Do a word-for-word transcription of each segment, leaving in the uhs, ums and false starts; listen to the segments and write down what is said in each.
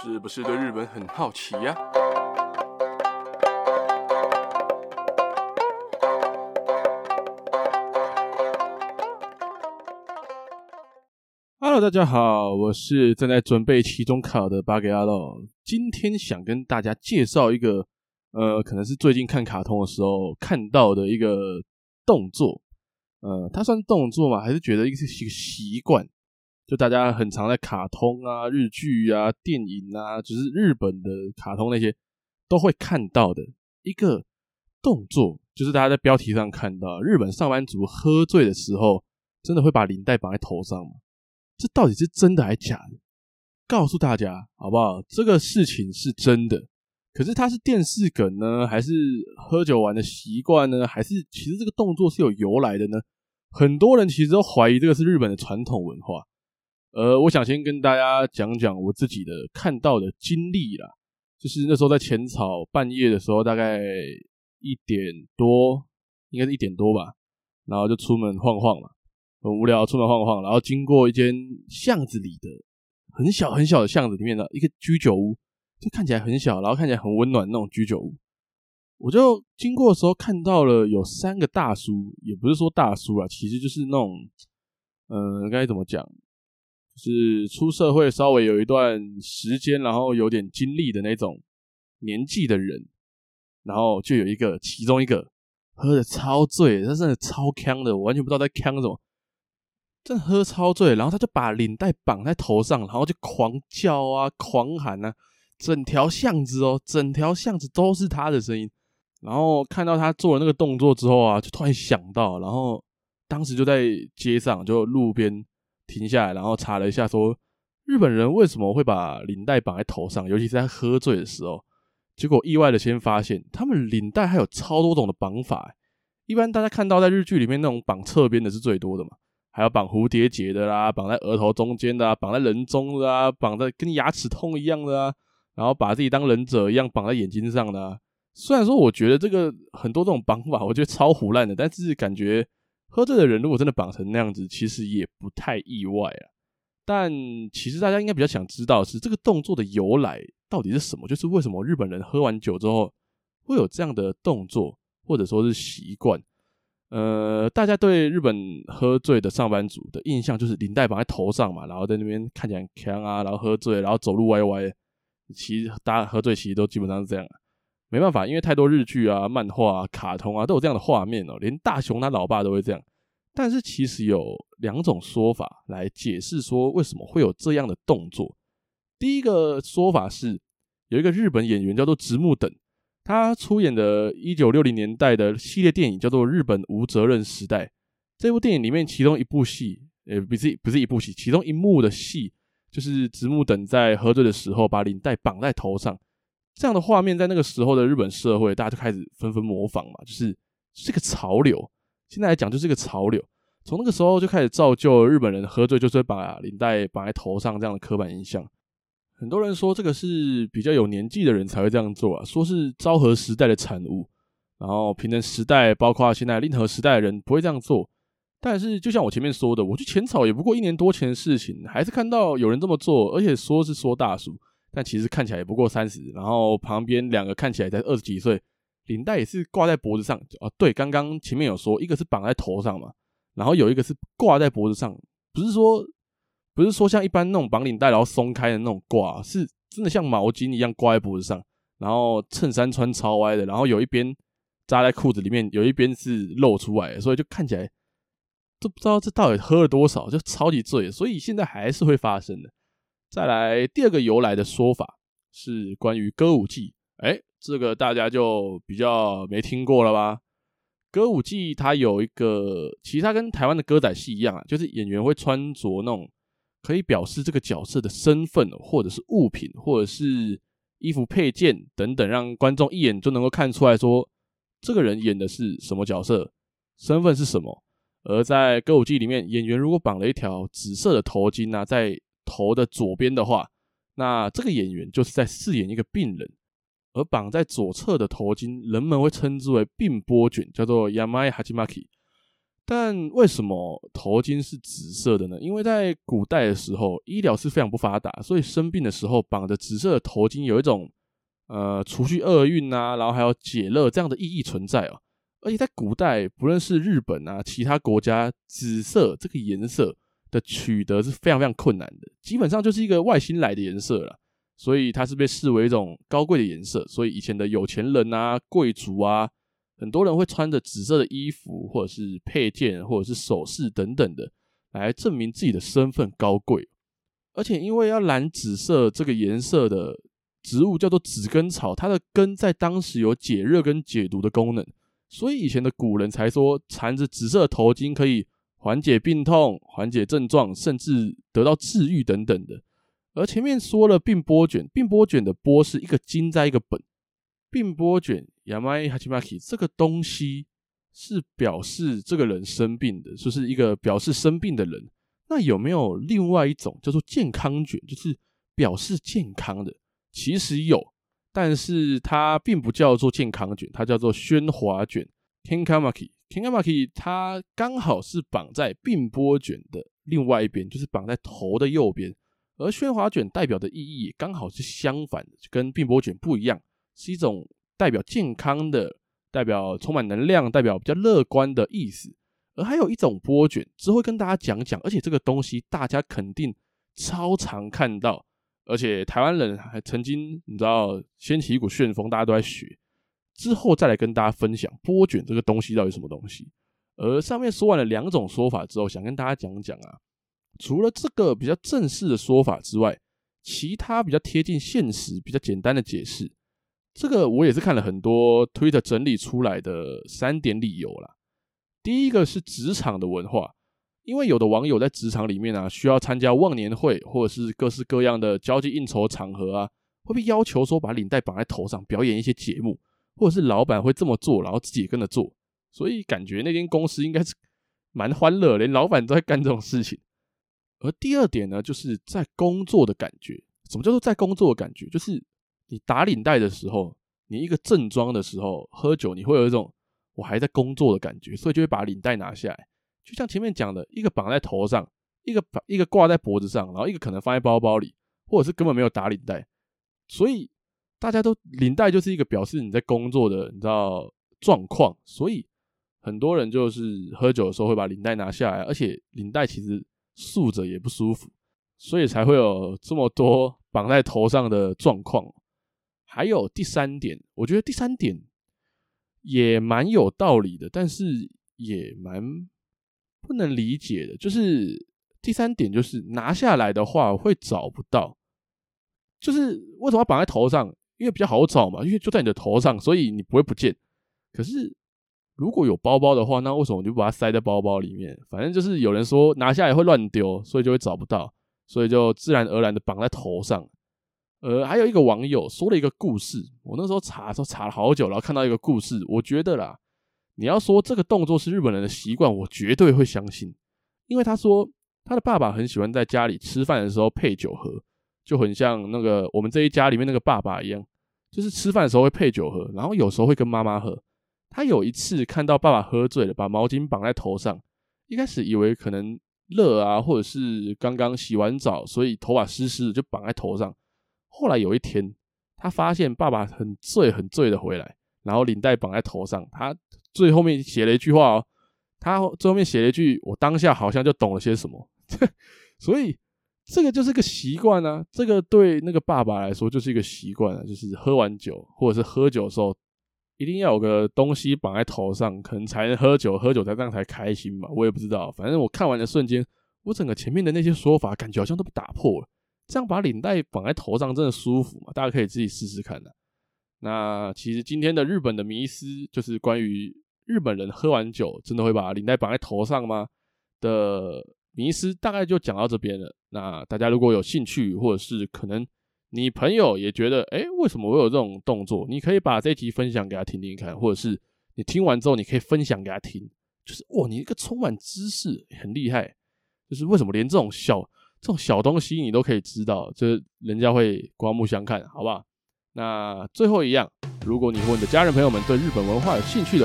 是不是对日本很好奇呀、啊？ Hello， 大家好，我是正在准备期中考的巴给阿洛。今天想跟大家介绍一个，呃，可能是最近看卡通的时候看到的一个动作。呃，它算动作吗？还是觉得一个是一个习惯？就大家很常在卡通啊、日剧啊、电影啊，就是日本的卡通那些都会看到的一个动作，就是大家在标题上看到，日本上班族喝醉的时候，真的会把领带绑在头上吗？这到底是真的还是假的？告诉大家好不好？这个事情是真的，可是它是电视梗呢，还是喝酒玩的习惯呢？还是其实这个动作是有由来的呢？很多人其实都怀疑这个是日本的传统文化。呃，我想先跟大家讲讲我自己的看到的经历啦，就是那时候在浅草半夜的时候，大概一点多，应该是一点多吧，然后就出门晃晃嘛。很无聊，出门晃晃，然后经过一间巷子里的很小很小的巷子里面的一个居酒屋，就看起来很小，然后看起来很温暖那种居酒屋。我就经过的时候看到了有三个大叔，也不是说大叔啦，其实就是那种，呃，该怎么讲，就是出社会稍微有一段时间，然后有点经历的那种年纪的人，然后就有一个，其中一个喝的超醉，他真的超呛的，我完全不知道在呛什么。真的喝超醉，然后他就把领带绑在头上，然后就狂叫啊，狂喊啊，整条巷子哦，整条巷子都是他的声音。然后看到他做了那个动作之后啊，就突然想到，然后当时就在街上，就路边停下来，然后查了一下说，日本人为什么会把领带绑在头上，尤其是在喝醉的时候。结果意外的先发现，他们领带还有超多种的绑法。一般大家看到在日剧里面那种绑侧边的是最多的嘛。还有绑蝴蝶结的啦，绑在额头中间的啊，绑在人中的啊，绑在跟牙齿痛一样的啊，然后把自己当忍者一样绑在眼睛上的啊。虽然说我觉得这个很多这种绑法我觉得超唬烂的，但是感觉喝醉的人如果真的绑成那样子，其实也不太意外啊。但其实大家应该比较想知道的是这个动作的由来到底是什么，就是为什么日本人喝完酒之后会有这样的动作或者说是习惯。呃，大家对日本喝醉的上班族的印象就是领带绑在头上嘛，然后在那边看起来很强啊，然后喝醉，然后走路歪歪的。其实大家喝醉其实都基本上是这样啊，没办法，因为太多日剧啊、漫画啊、卡通啊都有这样的画面哦，连大雄他老爸都会这样。但是其实有两种说法来解释说为什么会有这样的动作。第一个说法是有一个日本演员叫做直木等。他出演的一九六零年代的系列电影叫做《日本无责任时代》。这部电影里面其中一部戏，呃，不是不是一部戏，其中一幕的戏就是直木等在喝醉的时候把领带绑在头上。这样的画面在那个时候的日本社会，大家就开始纷纷模仿嘛，就是是个潮流。现在来讲就是个潮流，从那个时候就开始造就日本人喝醉就是会把领带绑在头上这样的刻板印象。很多人说这个是比较有年纪的人才会这样做啊，说是昭和时代的产物，然后平成时代包括现在令和时代的人不会这样做。但是就像我前面说的，我去浅草也不过一年多前的事情，还是看到有人这么做，而且说是说大叔，但其实看起来也不过三十，然后旁边两个看起来才二十几岁，领带也是挂在脖子上啊。对，刚刚前面有说一个是绑在头上嘛，然后有一个是挂在脖子上，不是说不是说像一般那种绑领带然后松开的那种挂，是真的像毛巾一样挂在脖子上，然后衬衫穿超歪的，然后有一边扎在裤子里面，有一边是露出来的，所以就看起来都不知道这到底喝了多少，就超级醉，所以现在还是会发生的。再来第二个由来的说法是关于歌舞伎，诶，这个大家就比较没听过了吧？歌舞伎它有一个，其实它跟台湾的歌仔戏一样啊，就是演员会穿着那种可以表示这个角色的身份，或者是物品，或者是衣服配件等等，让观众一眼就能够看出来说这个人演的是什么角色，身份是什么。而在歌舞伎里面，演员如果绑了一条紫色的头巾啊，在头的左边的话，那这个演员就是在饰演一个病人。而绑在左侧的头巾，人们会称之为鬓波卷，叫做 Yamai Hachimaki。 但为什么头巾是紫色的呢？因为在古代的时候，医疗是非常不发达，所以生病的时候绑着紫色的头巾，有一种呃除去厄运啊，然后还有解热这样的意义存在哦。而且在古代，不论是日本啊，其他国家，紫色这个颜色的取得是非常非常困难的，基本上就是一个外星来的颜色啦。所以它是被视为一种高贵的颜色，所以以前的有钱人啊、贵族啊，很多人会穿着紫色的衣服，或者是配件，或者是首饰等等的，来证明自己的身份高贵。而且因为要染紫色这个颜色的植物叫做紫根草，它的根在当时有解热跟解毒的功能，所以以前的古人才说缠着紫色的头巾可以缓解病痛、缓解症状，甚至得到治愈等等的。而前面说了并波卷，并波卷的波是一个金在一个本，并波卷 Yamai Hachimaki 这个东西是表示这个人生病的，就是一个表示生病的人。那有没有另外一种叫做健康卷，就是表示健康的？其实有，但是它并不叫做健康卷，它叫做喧哗卷 Kenkamaki。 Kenkamaki 它刚好是绑在并波卷的另外一边，就是绑在头的右边。而喧哗卷代表的意义也刚好是相反的，跟并波卷不一样，是一种代表健康的、代表充满能量、代表比较乐观的意思。而还有一种波卷，之后会跟大家讲讲，而且这个东西大家肯定超常看到，而且台湾人还曾经你知道掀起一股旋风，大家都在学。之后再来跟大家分享波卷这个东西到底什么东西。而上面说完了两种说法之后，想跟大家讲讲啊。除了这个比较正式的说法之外，其他比较贴近现实、比较简单的解释，这个我也是看了很多 Twitter 整理出来的三点理由啦。第一个是职场的文化，因为有的网友在职场里面啊，需要参加忘年会或者是各式各样的交际应酬场合啊，会被要求说把领带绑在头上表演一些节目，或者是老板会这么做，然后自己也跟着做，所以感觉那间公司应该是蛮欢乐，连老板都在干这种事情。而第二点呢，就是在工作的感觉。什么叫做在工作的感觉？就是你打领带的时候，你一个正装的时候喝酒，你会有一种我还在工作的感觉，所以就会把领带拿下来。就像前面讲的，一个绑在头上，一个一个挂在脖子上，然后一个可能放在包包里，或者是根本没有打领带。所以大家都领带就是一个表示你在工作的你知道状况，所以很多人就是喝酒的时候会把领带拿下来，而且领带其实束着也不舒服，所以才会有这么多绑在头上的状况。还有第三点，我觉得第三点也蛮有道理的，但是也蛮不能理解的，就是第三点就是拿下来的话会找不到。就是为什么要绑在头上？因为比较好找嘛，因为就在你的头上，所以你不会不见。可是如果有包包的话，那为什么你就把它塞在包包里面？反正就是有人说拿下来会乱丢，所以就会找不到，所以就自然而然的绑在头上。呃，还有一个网友说了一个故事，我那时候查的时候查了好久，然后看到一个故事，我觉得啦，你要说这个动作是日本人的习惯，我绝对会相信，因为他说他的爸爸很喜欢在家里吃饭的时候配酒喝，就很像那个我们这一家里面那个爸爸一样，就是吃饭的时候会配酒喝，然后有时候会跟妈妈喝。他有一次看到爸爸喝醉了，把毛巾绑在头上，一开始以为可能热啊，或者是刚刚洗完澡，所以头发湿湿的就绑在头上。后来有一天，他发现爸爸很醉很醉的回来，然后领带绑在头上，他最后面写了一句话哦，他最后面写了一句，我当下好像就懂了些什么。所以这个就是个习惯啊，这个对那个爸爸来说就是一个习惯啊，就是喝完酒或者是喝酒的时候一定要有个东西绑在头上，可能才能喝酒，喝酒才这样才开心嘛，我也不知道。反正我看完的瞬间，我整个前面的那些说法感觉好像都被打破了。这样把领带绑在头上真的舒服吗？大家可以自己试试看的。那其实今天的日本的迷思，就是关于日本人喝完酒真的会把领带绑在头上吗的迷思，大概就讲到这边了。那大家如果有兴趣，或者是可能你朋友也觉得，诶，为什么我有这种动作？你可以把这一集分享给他听听看，或者是你听完之后，你可以分享给他听。就是哇，你一个充满知识，很厉害。就是为什么连这种小这种小东西你都可以知道，就是人家会刮目相看，好不好？那最后一样，如果你和你的家人朋友们对日本文化有兴趣的话，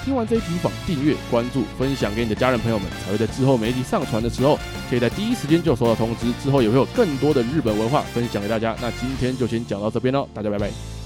听完这一集不妨订阅、关注、分享给你的家人朋友们，才会在之后每一集上传的时候，可以在第一时间就收到通知。之后也会有更多的日本文化分享给大家。那今天就先讲到这边喽，大家拜拜。